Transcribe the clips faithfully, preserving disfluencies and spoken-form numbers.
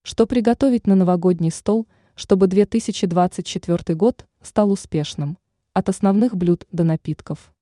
Что приготовить на новогодний стол, чтобы две тысячи двадцать четвёртый год стал успешным? От основных блюд до напитков.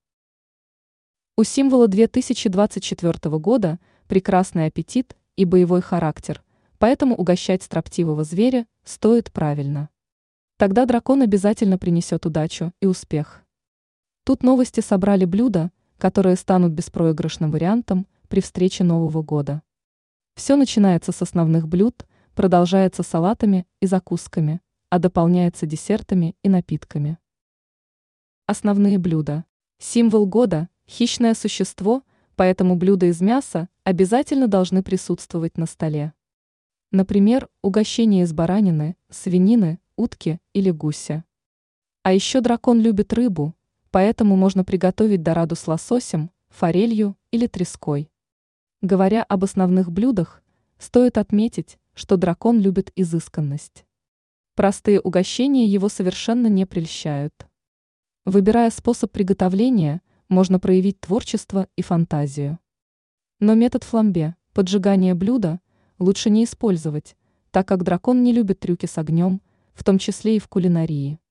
У символа две тысячи двадцать четвёртого года прекрасный аппетит и боевой характер, поэтому угощать строптивого зверя стоит правильно. Тогда дракон обязательно принесет удачу и успех. Тут новости собрали блюда, которые станут беспроигрышным вариантом при встрече Нового года. Все начинается с основных блюд, продолжается салатами и закусками, а дополняется десертами и напитками. Основные блюда. Символ года – хищное существо, поэтому блюда из мяса обязательно должны присутствовать на столе. Например, угощение из баранины, свинины, утки или гуся. А еще дракон любит рыбу, поэтому можно приготовить дораду с лососем, форелью или треской. Говоря об основных блюдах, стоит отметить, что дракон любит изысканность. Простые угощения его совершенно не прельщают. Выбирая способ приготовления, можно проявить творчество и фантазию. Но метод фламбе, поджигания блюда, лучше не использовать, так как дракон не любит трюки с огнем, в том числе и в кулинарии.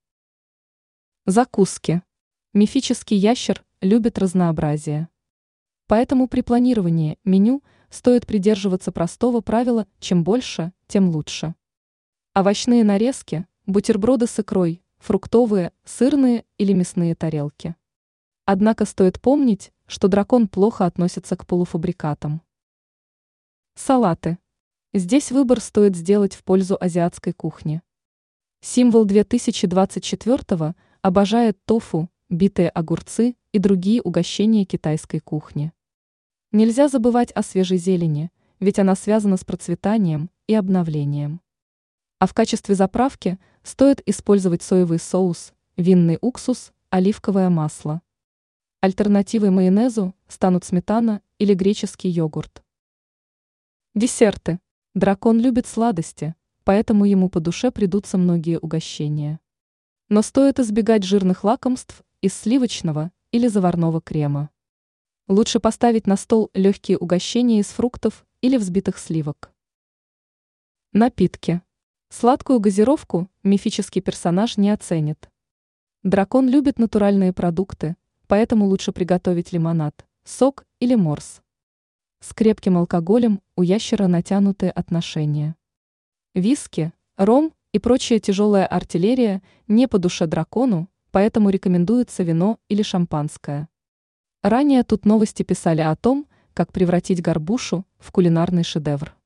Закуски. Мифический ящер любит разнообразие. Поэтому при планировании меню стоит придерживаться простого правила: чем больше, тем лучше. Овощные нарезки, бутерброды с икрой, фруктовые, сырные или мясные тарелки. Однако стоит помнить, что дракон плохо относится к полуфабрикатам. Салаты. Здесь выбор стоит сделать в пользу азиатской кухни. Символ две тысячи двадцать четвёртого обожает тофу, битые огурцы и другие угощения китайской кухни. Нельзя забывать о свежей зелени, ведь она связана с процветанием и обновлением. А в качестве заправки стоит использовать соевый соус, винный уксус, оливковое масло. Альтернативой майонезу станут сметана или греческий йогурт. Десерты. Дракон любит сладости, поэтому ему по душе придутся многие угощения. Но стоит избегать жирных лакомств из сливочного или заварного крема. Лучше поставить на стол легкие угощения из фруктов или взбитых сливок. Напитки. Сладкую газировку мифический персонаж не оценит. Дракон любит натуральные продукты, поэтому лучше приготовить лимонад, сок или морс. С крепким алкоголем у ящера натянутые отношения. Виски, ром и прочая тяжелая артиллерия не по душе дракону, поэтому рекомендуется вино или шампанское. Ранее тут новости писали о том, как превратить горбушу в кулинарный шедевр.